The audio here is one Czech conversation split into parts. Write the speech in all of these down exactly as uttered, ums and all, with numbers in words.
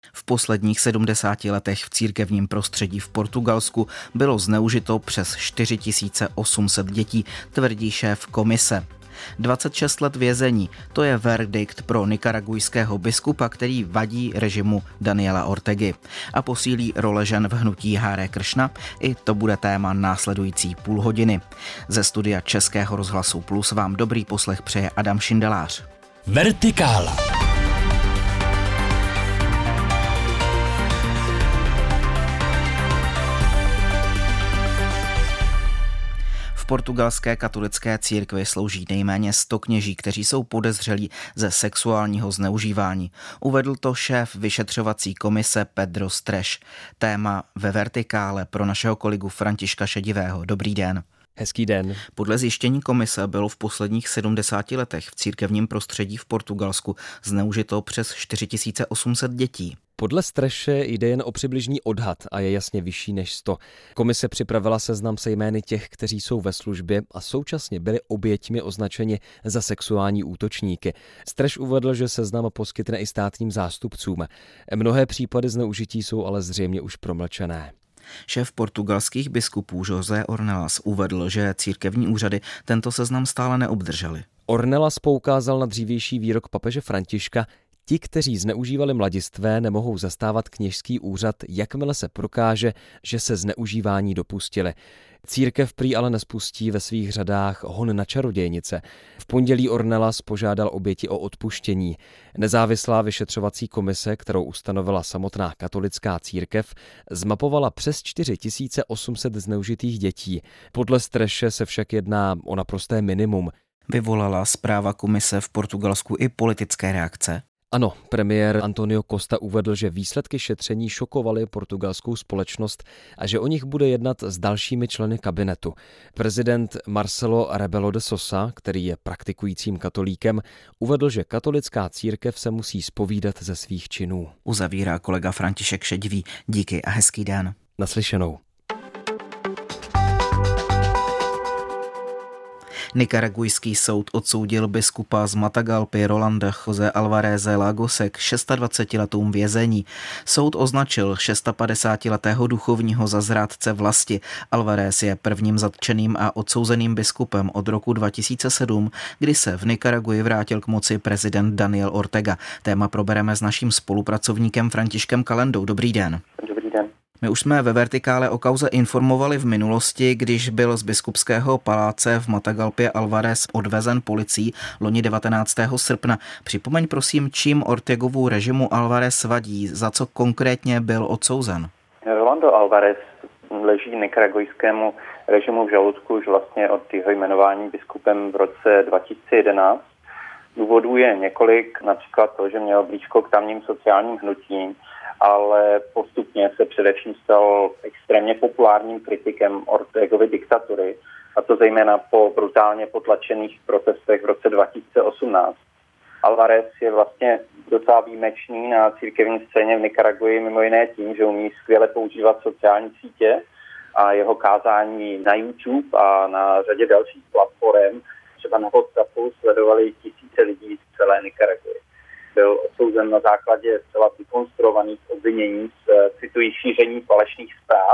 V posledních sedmdesáti letech v církevním prostředí v Portugalsku bylo zneužito přes čtyři tisíce osm set dětí, tvrdí šéf komise. dvacet šest let vězení, to je verdikt pro nikaragujského biskupa, který vadí režimu Daniela Ortegy a posílí role žen v hnutí Hare Kršna. I to bude téma následující půl hodiny. Ze studia Českého rozhlasu Plus vám dobrý poslech přeje Adam Šindelář. Vertikála. V portugalské katolické církvi slouží nejméně sto kněží, kteří jsou podezřelí ze sexuálního zneužívání. Uvedl to šéf vyšetřovací komise Pedro Streš. Téma ve Vertikále pro našeho kolegu Františka Šedivého. Dobrý den. Hezký den. Podle zjištění komise bylo v posledních sedmdesáti letech v církevním prostředí v Portugalsku zneužito přes čtyři tisíce osm set dětí. Podle Streše jde jen o přibližný odhad a je jasně vyšší než sto. Komise připravila seznam se jmény těch, kteří jsou ve službě a současně byli oběťmi označeni za sexuální útočníky. Streš uvedl, že seznam poskytne i státním zástupcům. Mnohé případy zneužití jsou ale zřejmě už promlčené. Šéf portugalských biskupů José Ornelas uvedl, že církevní úřady tento seznam stále neobdržely. Ornelas poukázal na dřívější výrok papeže Františka: ti, kteří zneužívali mladistvé, nemohou zastávat kněžský úřad, jakmile se prokáže, že se zneužívání dopustili. Církev prý ale nespustí ve svých řadách hon na čarodějnice. V pondělí Ornelas požádal oběti o odpuštění. Nezávislá vyšetřovací komise, kterou ustanovila samotná katolická církev, zmapovala přes čtyři tisíce osm set zneužitých dětí. Podle Streše se však jedná o naprosté minimum. Vyvolala zpráva komise v Portugalsku i politické reakce? Ano, premiér Antonio Costa uvedl, že výsledky šetření šokovaly portugalskou společnost a že o nich bude jednat s dalšími členy kabinetu. Prezident Marcelo Rebelo de Sousa, který je praktikujícím katolíkem, uvedl, že katolická církev se musí zpovídat ze svých činů. Uzavírá kolega František Šedivý. Díky a hezký den. Naslyšenou. Nikaragujský soud odsoudil biskupa z Matagalpy Rolanda José Alvareze Lagose k dvaceti šesti letům vězení. Soud označil padesátšestiletého duchovního za zrádce vlasti. Alvarez je prvním zatčeným a odsouzeným biskupem od roku dva tisíce sedm, kdy se v Nikaraguji vrátil k moci prezident Daniel Ortega. Téma probereme s naším spolupracovníkem Františkem Kalendou. Dobrý den. Dobrý den. My už jsme ve Vertikále o kauze informovali v minulosti, když byl z biskupského paláce v Matagalpě Alvarez odvezen policií loni devatenáctého srpna. Připomeň prosím, čím Ortegovu režimu Alvarez vadí, za co konkrétně byl odsouzen? Rolando Alvarez leží nikaragujskému režimu v žaludku už vlastně od jeho jmenování biskupem v roce dva tisíce jedenáct. Důvodů je několik, například to, že měl blízko k tamním sociálním hnutím, ale postupně se především stal extrémně populárním kritikem Ortegovy diktatury, a to zejména po brutálně potlačených protestech v roce dva tisíce osmnáct. Alvarez je vlastně docela výjimečný na církevní scéně v Nikaraguji mimo jiné tím, že umí skvěle používat sociální sítě a jeho kázání na YouTube a na řadě dalších platform, třeba na WhatsAppu, sledovali tisíce lidí z celé Nikaraguji. Byl odsouzen na základě zcela vykonstruovaných obvinění z, cituji, šíření falešných zpráv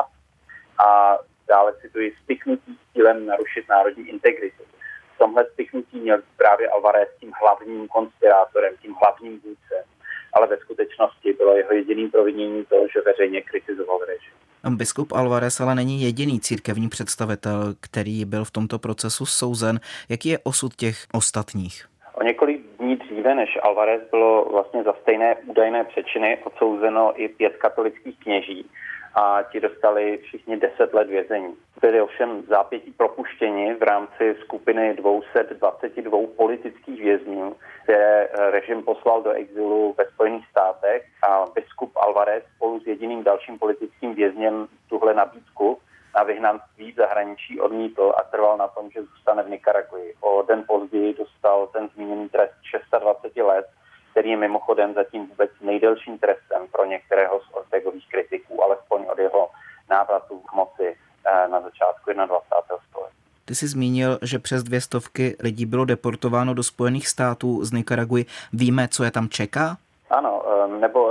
a dále, cituji, spiknutí s cílem narušit národní integritu. V tomhle spiknutí měl právě Alvarez tím hlavním konspirátorem, tím hlavním vůdcem, ale ve skutečnosti bylo jeho jediným proviněním to, že veřejně kritizoval režim. Biskup Alvarez ale není jediný církevní představitel, který byl v tomto procesu souzen. Jaký je osud těch ostatních? O několik dní dříve než Alvarez bylo vlastně za stejné údajné přečiny odsouzeno i pět katolických kněží a ti dostali všichni deset let vězení. Byli ovšem zápětí propuštěni v rámci skupiny dvě stě dvacet dva politických vězňů, které režim poslal do exilu ve Spojených státech, a biskup Alvarez spolu s jediným dalším politickým vězněm tuhle nabídku na vyhnanství v zahraničí odmítl a trval na tom, že zůstane v Nikaraguji. O den později dostal ten zmíněný trest dvacet šest let, který je mimochodem zatím vůbec nejdelším trestem pro některého z Ortegových kritiků, alespoň od jeho návratu k moci na začátku dvacátého prvního století. Ty jsi zmínil, že přes dvě stovky lidí bylo deportováno do Spojených států z Nikaraguji. Víme, co je tam čeká? Ano, nebo respektive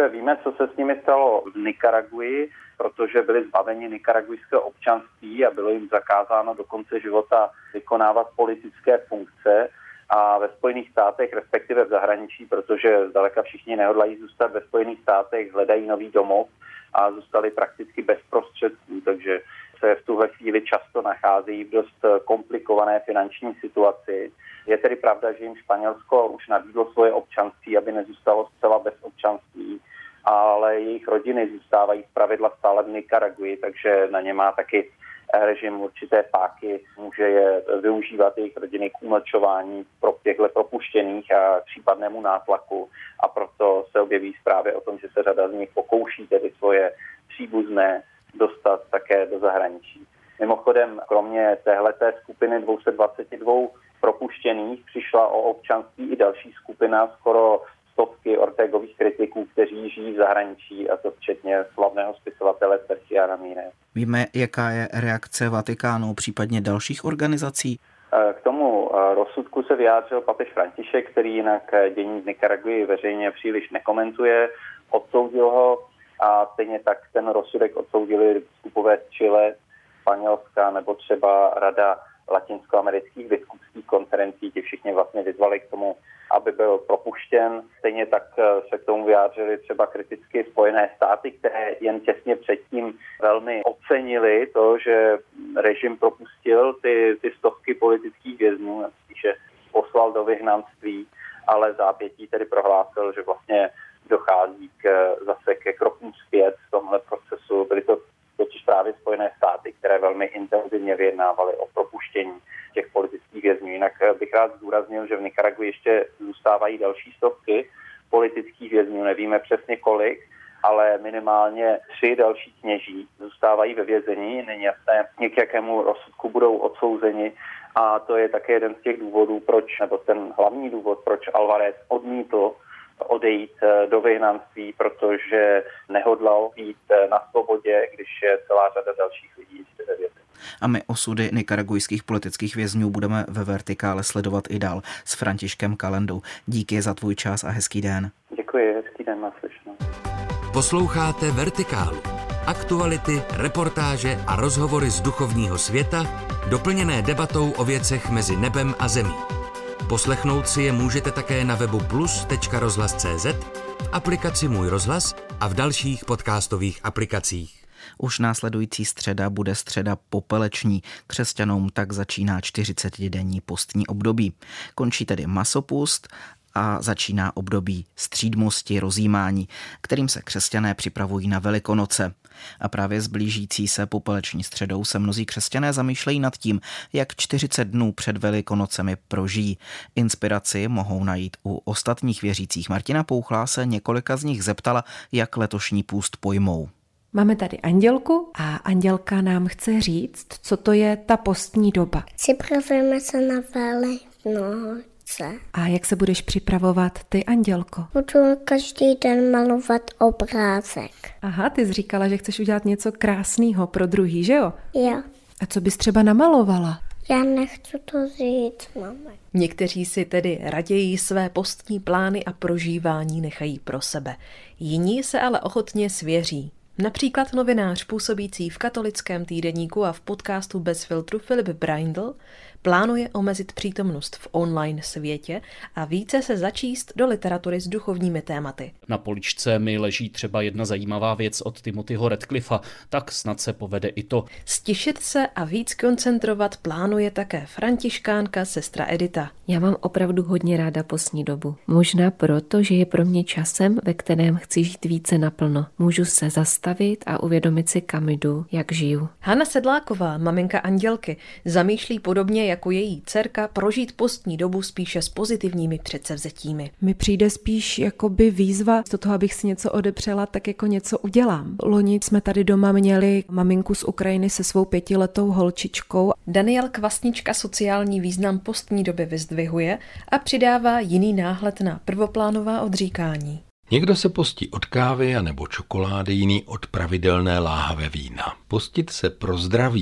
respektive víme, co se s nimi stalo v Nikaragui, protože byli zbaveni nikaragujského občanství a bylo jim zakázáno do konce života vykonávat politické funkce. A ve Spojených státech, respektive v zahraničí, protože zdaleka všichni nehodlají zůstat ve Spojených státech, hledají nový domov a zůstali prakticky bez prostředků, takže se v tuhle chvíli často nacházejí v dost komplikované finanční situaci. Je tedy pravda, že jim Španělsko už nabídlo svoje občanství, aby nezůstalo zcela bez občanství, ale jejich rodiny zůstávají zpravidla stále v Nikaragui, takže na ně má taky režim určité páky, může je využívat jejich rodiny k umlčování pro těchto propuštěných a případnému nátlaku, a proto se objeví zprávy o tom, že se řada z nich pokouší tedy svoje příbuzné dostat také do zahraničí. Mimochodem, kromě téhleté skupiny dvě stě dvacet dva propuštěných přišla o občanství i další skupina, skoro stovky Ortegových kritiků, kteří žijí v zahraničí, a to včetně slavného spisovatele García Ramírez. Víme, jaká je reakce Vatikánu, případně dalších organizací? K tomu rozsudku se vyjádřil papež František, který jinak dění v Nikaragui veřejně příliš nekomentuje, odsoudil ho a stejně tak ten rozsudek odsoudili biskupové z Chile, Španělska nebo třeba Rada latinskoamerických biskupských konferencí, ti všichni vlastně vyzvali k tomu, aby byl propuštěn. Stejně tak se k tomu vyjádřili třeba kriticky Spojené státy, které jen těsně předtím velmi ocenili to, že režim propustil ty, ty stovky politických vězňů, spíše poslal do vyhnanství, ale zápětí tedy prohlásil, že vlastně dochází k, zase ke krokům zpět v tomhle procesu. Byly to totiž právě Spojené státy, které velmi intenzivně vyjednávaly o propuštění těch politických vězňů. Jinak bych rád zdůraznil, že v Nikaragui ještě zůstávají další stovky politických vězňů, nevíme přesně kolik, ale minimálně tři další kněží zůstávají ve vězení. Není jasné, k jakému rozsudku budou odsouzeni, a to je také jeden z těch důvodů, proč, nebo ten hlavní důvod, proč Alvarez odmítl odejít do vyhnanství, protože nehodlal být na svobodě, když je celá řada dalších lidí ještě ve vězení. A my osudy nikaragujských politických vězňů budeme ve Vertikále sledovat i dál s Františkem Kalendou. Díky za tvůj čas a hezký den. Děkuji, hezký den, naslyšenou. Posloucháte Vertikálu. Aktuality, reportáže a rozhovory z duchovního světa, doplněné debatou o věcech mezi nebem a zemí. Poslechnout si je můžete také na webu plus tečka rozhlas tečka cé zet, v aplikaci Můj rozhlas a v dalších podcastových aplikacích. Už následující středa bude středa popeleční. Křesťanům tak začíná čtyřicetidenní postní období. Končí tedy masopust a začíná období střídmosti, rozjímání, kterým se křesťané připravují na Velikonoce. A právě s blížící se popeleční středou se mnozí křesťané zamýšlejí nad tím, jak čtyřicet dnů před Velikonocemi prožijí. Inspiraci mohou najít u ostatních věřících. Martina Pouchlá se několika z nich zeptala, jak letošní půst pojmou. Máme tady Andělku a Andělka nám chce říct, co to je ta postní doba. Připravujeme se na Velikonoce. A jak se budeš připravovat ty, Andělko? Budu každý den malovat obrázek. Aha, ty jsi říkala, že chceš udělat něco krásného pro druhý, že jo? Jo. A co bys třeba namalovala? Já nechci to říct, mama. Někteří si tedy raději své postní plány a prožívání nechají pro sebe. Jiní se ale ochotně svěří. Například novinář působící v katolickém týdeníku a v podcastu Bez filtru Filip Braindl plánuje omezit přítomnost v online světě a více se začíst do literatury s duchovními tématy. Na poličce mi leží třeba jedna zajímavá věc od Timothyho Radcliffa, tak snad se povede i to. Stišit se a víc koncentrovat plánuje také františkánka sestra Edita. Já mám opravdu hodně ráda postní dobu. Možná proto, že je pro mě časem, ve kterém chci žít více naplno. Můžu se zastavit a uvědomit si, kam jdu, jak žiju. Hana Sedláková, maminka Andělky, zamýšlí podobně jako její dcerka prožít postní dobu spíše s pozitivními předsevzetími. Mi přijde spíš jakoby výzva do toho, abych si něco odepřela, tak jako něco udělám. Loni jsme tady doma měli maminku z Ukrajiny se svou pětiletou holčičkou. Daniel Kvasnička sociální význam postní doby vyzdvihuje a přidává jiný náhled na prvoplánová odříkání. Někdo se postí od kávy a nebo čokolády, jiný od pravidelné láhavé vína. Postit se pro zdraví,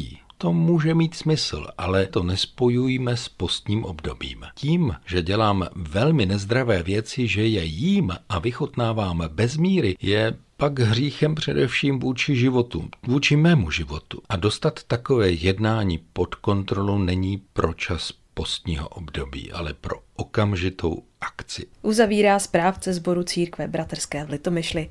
To může mít smysl, ale to nespojujme s postním obdobím. Tím, že dělám velmi nezdravé věci, že je jím a vychutnávám bez míry, je pak hříchem především vůči životu, vůči mému životu. A dostat takové jednání pod kontrolu není pro čas postního období, ale pro okamžitou akci. Uzavírá správce sboru církve bratrské v Litomyšli.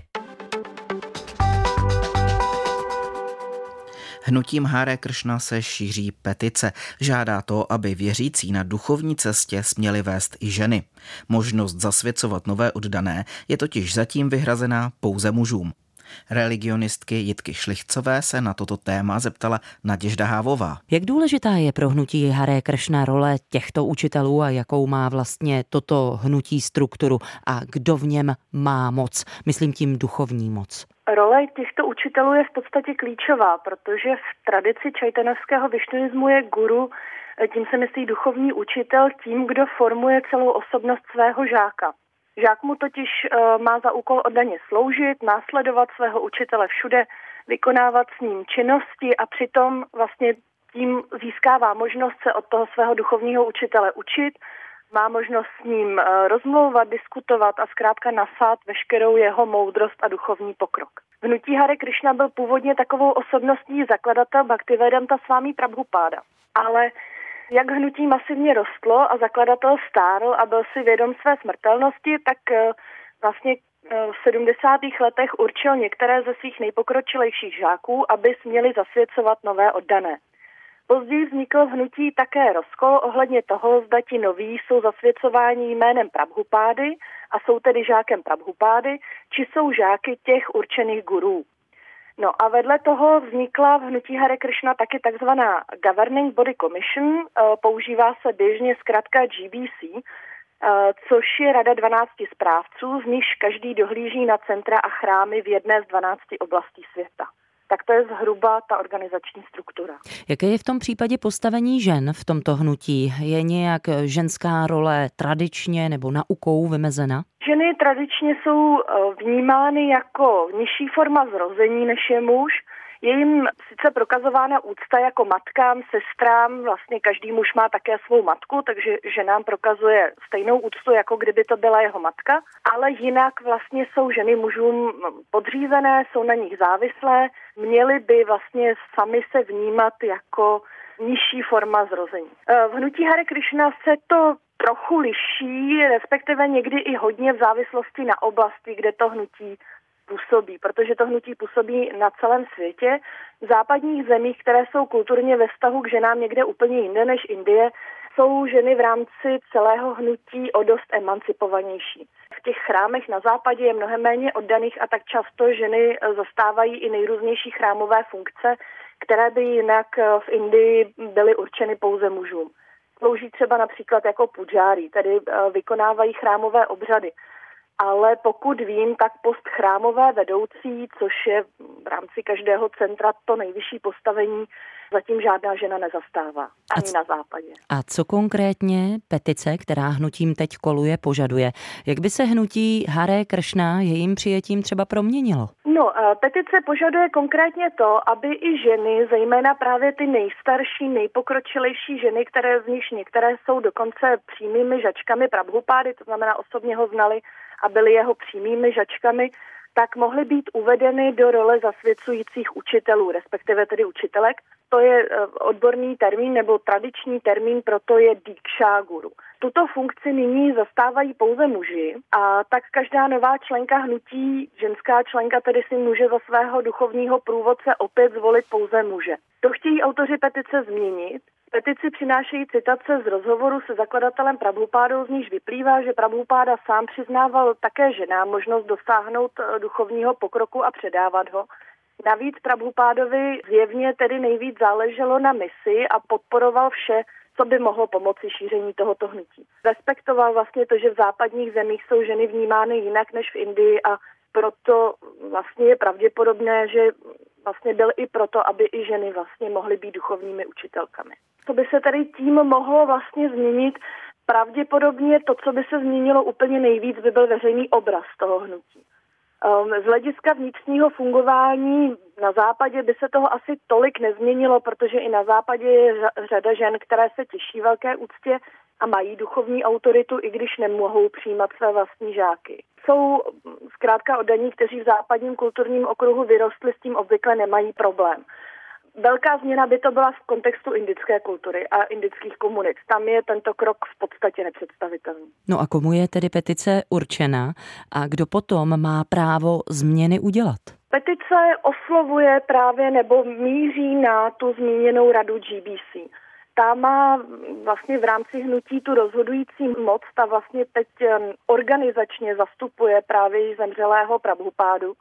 Hnutím Hare Kršna se šíří petice. Žádá to, aby věřící na duchovní cestě směli vést i ženy. Možnost zasvěcovat nové oddané je totiž zatím vyhrazená pouze mužům. Religionistky Jitky Šlichcové se na toto téma zeptala Naděžda Hávová. Jak důležitá je pro hnutí Hare Kršna role těchto učitelů a jakou má vlastně toto hnutí strukturu a kdo v něm má moc? Myslím tím duchovní moc. Role těchto učitelů je v podstatě klíčová, protože v tradici čajtanovského višnuismu je guru, tím se myslí duchovní učitel, tím, kdo formuje celou osobnost svého žáka. Žák mu totiž uh, má za úkol oddaně sloužit, následovat svého učitele všude, vykonávat s ním činnosti a přitom vlastně tím získává možnost se od toho svého duchovního učitele učit, má možnost s ním uh, rozmlouvat, diskutovat a zkrátka nasát veškerou jeho moudrost a duchovní pokrok. Hnutí Hare Kršna byl původně takovou osobností zakladatel Bhaktivedanta Swami Prabhupáda, ale jak hnutí masivně rostlo a zakladatel stárl a byl si vědom své smrtelnosti, tak vlastně v sedmdesátých letech určil některé ze svých nejpokročilejších žáků, aby směli zasvěcovat nové oddané. Později vznikl v hnutí také rozkol ohledně toho, zda ti noví jsou zasvěcováni jménem Prabhupády a jsou tedy žákem Prabhupády, či jsou žáky těch určených gurů. No a vedle toho vznikla v hnutí Hare Kršna taky takzvaná Governing Body Commission, používá se běžně zkrátka G B C, což je rada dvanácti správců, z nichž každý dohlíží na centra a chrámy v jedné z dvanácti oblastí světa. Tak to je zhruba ta organizační struktura. Jaké je v tom případě postavení žen v tomto hnutí? Je nějak ženská role tradičně nebo naukou vymezena? Ženy tradičně jsou vnímány jako nižší forma zrození než je muž. Je jim sice prokazována úcta jako matkám, sestrám, vlastně každý muž má také svou matku, takže ženám prokazuje stejnou úctu, jako kdyby to byla jeho matka, ale jinak vlastně jsou ženy mužům podřízené, jsou na nich závislé, měly by vlastně sami se vnímat jako nižší forma zrození. V hnutí Hare Kršna se to trochu liší, respektive někdy i hodně v závislosti na oblasti, kde to hnutí působí, protože to hnutí působí na celém světě. V západních zemích, které jsou kulturně ve vztahu k ženám někde úplně jinde než Indie, jsou ženy v rámci celého hnutí o dost emancipovanější. V těch chrámech na západě je mnohem méně oddaných a tak často ženy zastávají i nejrůznější chrámové funkce, které by jinak v Indii byly určeny pouze mužům. Slouží třeba například jako pudžári, tedy vykonávají chrámové obřady. Ale pokud vím, tak post chrámové vedoucí, což je v rámci každého centra to nejvyšší postavení, zatím žádná žena nezastává, ani c- na západě. A co konkrétně petice, která hnutím teď koluje, požaduje? Jak by se hnutí Hare Kršna jejím přijetím třeba proměnilo? No, petice požaduje konkrétně to, aby i ženy, zejména právě ty nejstarší, nejpokročilejší ženy, které z nich některé jsou dokonce přímými žačkami Prabhupády, to znamená osobně ho znali a byly jeho přímými žačkami, tak mohly být uvedeny do role zasvěcujících učitelů, respektive tedy učitelek. To je odborný termín nebo tradiční termín, proto je Díksha Guru. Tuto funkci nyní zastávají pouze muži a tak každá nová členka hnutí, ženská členka tedy si může za svého duchovního průvodce opět zvolit pouze muže. To chtějí autoři petice změnit. Petici přinášejí citace z rozhovoru se zakladatelem Prabhupádou, z níž vyplývá, že Prabhupáda sám přiznával také ženám možnost dosáhnout duchovního pokroku a předávat ho. Navíc Prabhupádovi zjevně tedy nejvíc záleželo na misi a podporoval vše, co by mohlo pomoci šíření tohoto hnutí. Respektoval vlastně to, že v západních zemích jsou ženy vnímány jinak než v Indii a proto vlastně je pravděpodobné, že vlastně byl i proto, aby i ženy vlastně mohly být duchovními učitelkami. Co by se tady tím mohlo vlastně změnit? Pravděpodobně to, co by se změnilo úplně nejvíc, by byl veřejný obraz toho hnutí. Z hlediska vnitřního fungování na západě by se toho asi tolik nezměnilo, protože i na západě je řada žen, které se těší velké úctě a mají duchovní autoritu, i když nemohou přijímat své vlastní žáky. Jsou zkrátka oddaní, kteří v západním kulturním okruhu vyrostli, s tím obvykle nemají problém. Velká změna by to byla v kontextu indické kultury a indických komunit. Tam je tento krok v podstatě nepředstavitelný. No a komu je tedy petice určena a kdo potom má právo změny udělat? Petice oslovuje právě nebo míří na tu zmíněnou radu G B C. Ta má vlastně v rámci hnutí tu rozhodující moc, ta vlastně teď organizačně zastupuje právě již zemřelého Prabhupádu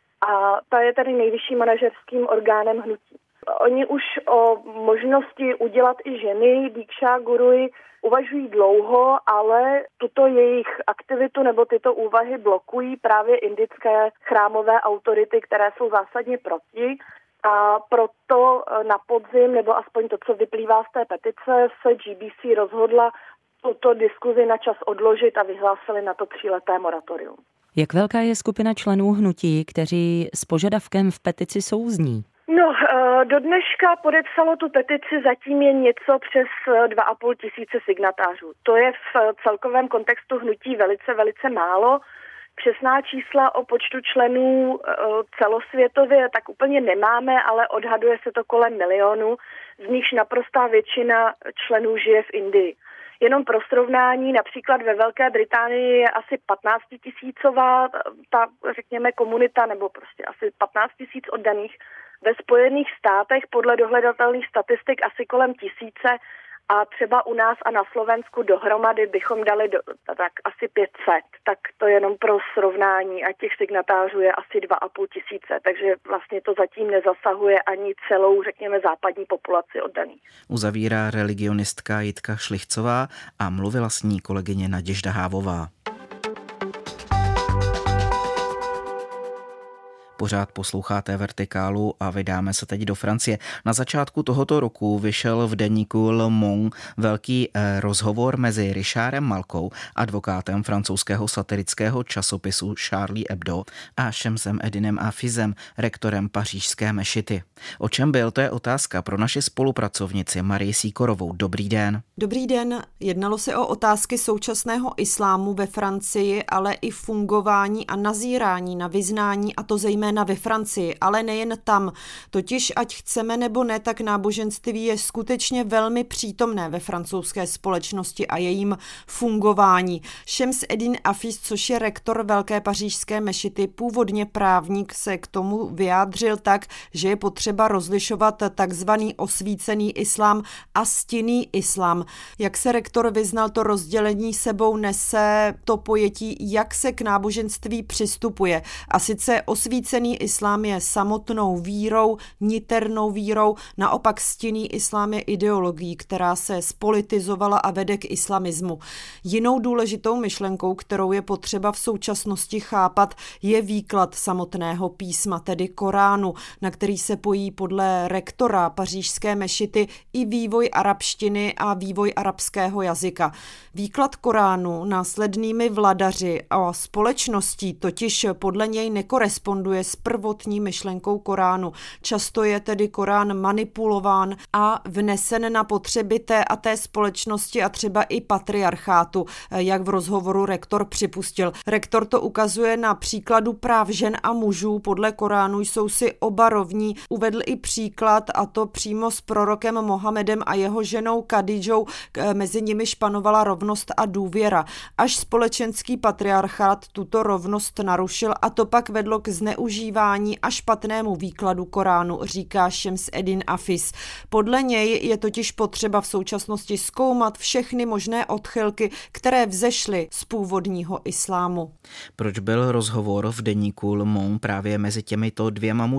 a ta je tady nejvyšším manažerským orgánem hnutí. Oni už o možnosti udělat i ženy Díkša Guruji uvažují dlouho, ale tuto jejich aktivitu nebo tyto úvahy blokují právě indické chrámové autority, které jsou zásadně proti. A proto na podzim, nebo aspoň to, co vyplývá z té petice, se G B C rozhodla tuto diskuzi na čas odložit a vyhlásili na to tříleté moratorium. Jak velká je skupina členů hnutí, kteří s požadavkem v petici souzní? No, do dneška podepsalo tu petici zatím je něco přes dva a půl tisíce signatářů. To je v celkovém kontextu hnutí velice, velice málo. Přesná čísla o počtu členů celosvětově tak úplně nemáme, ale odhaduje se to kolem milionu, z nichž naprostá většina členů žije v Indii. Jenom pro srovnání, například ve Velké Británii je asi patnáctitisícová ta, řekněme, komunita, nebo prostě asi patnáct tisíc oddaných. Ve Spojených státech podle dohledatelných statistik asi kolem tisíce a třeba u nás a na Slovensku dohromady bychom dali do, tak asi pět set. Tak to jenom pro srovnání a těch signatářů je asi dva a půl tisíce, takže vlastně to zatím nezasahuje ani celou, řekněme, západní populaci oddaných. Uzavírá religionistka Jitka Šlichcová a mluvila s ní kolegyně Naděžda Hávová. Pořád posloucháte Vertikálu a vydáme se teď do Francie. Na začátku tohoto roku vyšel v deníku Le Monde velký rozhovor mezi Richardem Malkou, advokátem francouzského satirického časopisu Charlie Hebdo, a Šemsem Edinem Afizem, rektorem pařížské mešity. O čem byl, to je otázka pro naši spolupracovnici Marii Sýkorovou. Dobrý den. Dobrý den. Jednalo se o otázky současného islámu ve Francii, ale i fungování a nazírání na vyznání, a to zejména ve Francii, ale nejen tam. Totiž, ať chceme nebo ne, tak náboženství je skutečně velmi přítomné ve francouzské společnosti a jejím fungování. Šems Edin Afiz, což je rektor Velké pařížské mešity, původně právník, se k tomu vyjádřil tak, že je potřeba rozlišovat takzvaný osvícený islám a stinný islám. Jak se rektor vyznal, to rozdělení sebou nese to pojetí, jak se k náboženství přistupuje. A sice osvícený islám je samotnou vírou, niternou vírou, naopak stinný islám je ideologií, která se spolitizovala a vede k islamismu. Jinou důležitou myšlenkou, kterou je potřeba v současnosti chápat, je výklad samotného písma, tedy Koránu, na který se pojí podle rektora pařížské mešity i vývoj arabštiny a vývoj arabského jazyka. Výklad Koránu následnými vladaři a společností totiž podle něj nekoresponduje s prvotní myšlenkou Koránu. Často je tedy Korán manipulován a vnesen na potřeby té a té společnosti a třeba i patriarchátu, jak v rozhovoru rektor připustil. Rektor to ukazuje na příkladu práv žen a mužů. Podle Koránu jsou si oba rovní. Uvedl i příklad, a to přímo s prorokem Mohamedem a jeho ženou Kadidžou, mezi nimiž panovala rovnost a důvěra. Až společenský patriarchát tuto rovnost narušil, a to pak vedlo k zneužívání a špatnému výkladu Koránu, říká Šems Edin Afiz. Podle něj je totiž potřeba v současnosti zkoumat všechny možné odchylky, které vzešly z původního islámu. Proč byl rozhovor v deníku Le Monde právě mezi těmito dvěma muži?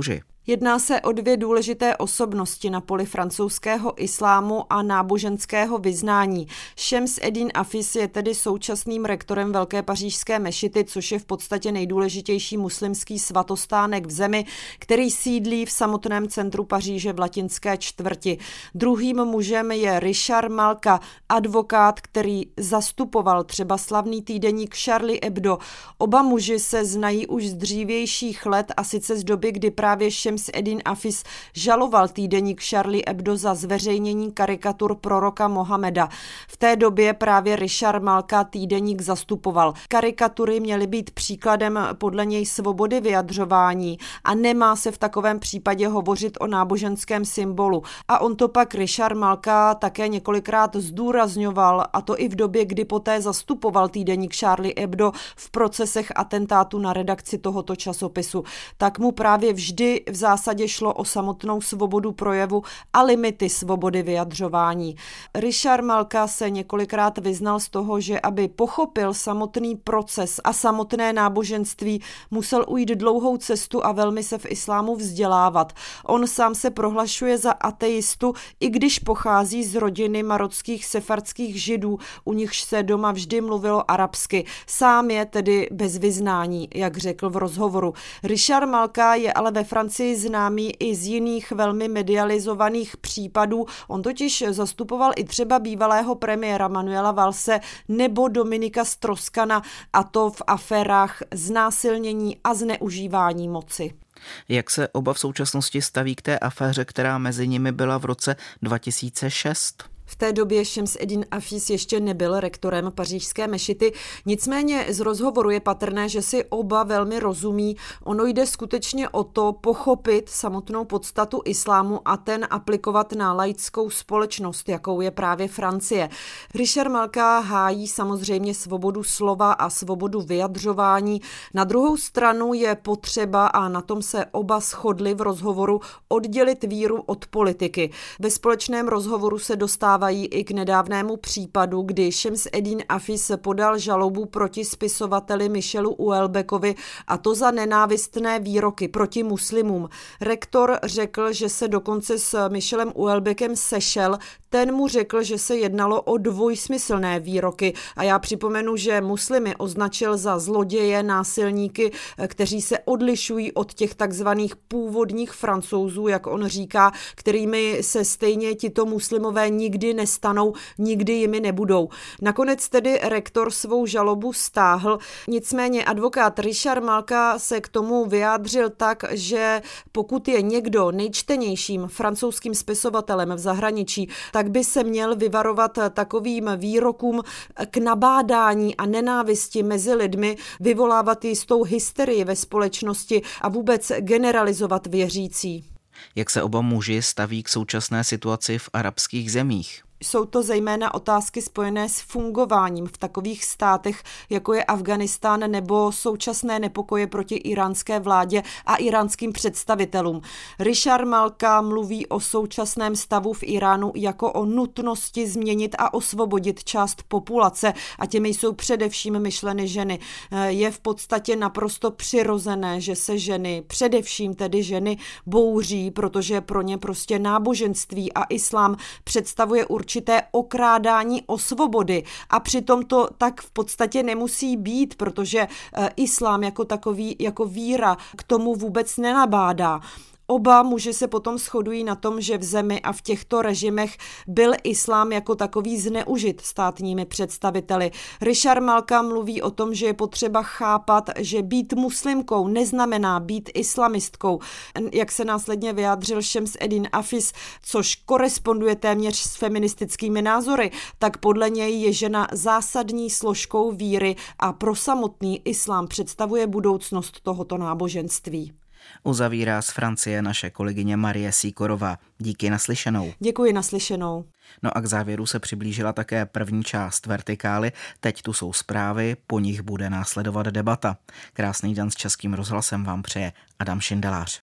Jedná se o dvě důležité osobnosti na poli francouzského islámu a náboženského vyznání. Šems Edín Afis je tedy současným rektorem Velké pařížské mešity, což je v podstatě nejdůležitější muslimský svatostánek v zemi, který sídlí v samotném centru Paříže v latinské čtvrti. Druhým mužem je Richard Malka, advokát, který zastupoval třeba slavný týdeník Charlie Hebdo. Oba muži se znají už z dřívějších let, a sice z doby, kdy právě Šems Edín Afis žaloval týdeník Charlie Hebdo za zveřejnění karikatur proroka Mohameda. V té době právě Richard Malka týdeník zastupoval. Karikatury měly být příkladem podle něj svobody vyjadřování a nemá se v takovém případě hovořit o náboženském symbolu. A on to pak Richard Malka také několikrát zdůrazňoval, a to i v době, kdy poté zastupoval týdeník Charlie Hebdo v procesech atentátu na redakci tohoto časopisu. Tak mu právě vždy v zásadě šlo o samotnou svobodu projevu a limity svobody vyjadřování. Richard Malka se několikrát vyznal z toho, že aby pochopil samotný proces a samotné náboženství, musel ujít dlouhou cestu a velmi se v islámu vzdělávat. On sám se prohlašuje za ateistu, i když pochází z rodiny marockých sefardských židů, u nichž se doma vždy mluvilo arabsky. Sám je tedy bez vyznání, jak řekl v rozhovoru. Richard Malka je ale ve Francii známý i z jiných velmi medializovaných případů. On totiž zastupoval i třeba bývalého premiéra Manuela Vallse nebo Dominika Strauss-Kahna, a to v aférách znásilnění a zneužívání moci. Jak se oba v současnosti staví k té aféře, která mezi nimi byla v roce dva tisíce šest? V té době Šems Edín Afis ještě nebyl rektorem pařížské mešity, nicméně z rozhovoru je patrné, že si oba velmi rozumí. Ono jde skutečně o to pochopit samotnou podstatu islámu a ten aplikovat na laickou společnost, jakou je právě Francie. Richard Malka hájí samozřejmě svobodu slova a svobodu vyjadřování. Na druhou stranu je potřeba, a na tom se oba shodli v rozhovoru, oddělit víru od politiky. Ve společném rozhovoru se dostává i k nedávnému případu, kdy Šems Edín Afis podal žalobu proti spisovateli Michelu Houellebecquovi, a to za nenávistné výroky proti muslimům. Rektor řekl, že se dokonce s Michelem Houellebecquem sešel. Ten mu řekl, že se jednalo o dvojsmyslné výroky, a já připomenu, že muslimy označil za zloděje, násilníky, kteří se odlišují od těch takzvaných původních Francouzů, jak on říká, kterými se stejně tito muslimové nikdy nestanou, nikdy jimi nebudou. Nakonec tedy rektor svou žalobu stáhl, nicméně advokát Richard Malka se k tomu vyjádřil tak, že pokud je někdo nejčtenějším francouzským spisovatelem v zahraničí, tak by se měl vyvarovat takovým výrokům k nabádání a nenávisti mezi lidmi, vyvolávat jistou hysterii ve společnosti a vůbec generalizovat věřící. Jak se oba muži staví k současné situaci v arabských zemích? Jsou to zejména otázky spojené s fungováním v takových státech, jako je Afghánistán, nebo současné nepokoje proti iránské vládě a iránským představitelům. Richard Malka mluví o současném stavu v Iránu jako o nutnosti změnit a osvobodit část populace, a těmi jsou především myšleny ženy. Je v podstatě naprosto přirozené, že se ženy, především tedy ženy, bouří, protože pro ně prostě náboženství a islám představuje určitě určité okrádání o svobody, a přitom to tak v podstatě nemusí být, protože islám jako takový, jako víra k tomu vůbec nenabádá. Oba muži se potom shodují na tom, že v zemi a v těchto režimech byl islám jako takový zneužit státními představiteli. Richard Malka mluví o tom, že je potřeba chápat, že být muslimkou neznamená být islamistkou. Jak se následně vyjádřil Šems Edín Afis, což koresponduje téměř s feministickými názory, tak podle něj je žena zásadní složkou víry a pro samotný islám představuje budoucnost tohoto náboženství. Uzavírá z Francie naše kolegyně Marie Sýkorová. Díky, naslyšenou. Děkuji, naslyšenou. No a k závěru se přiblížila také první část Vertikály. Teď tu jsou zprávy, po nich bude následovat debata. Krásný den s Českým rozhlasem vám přeje Adam Šindelář.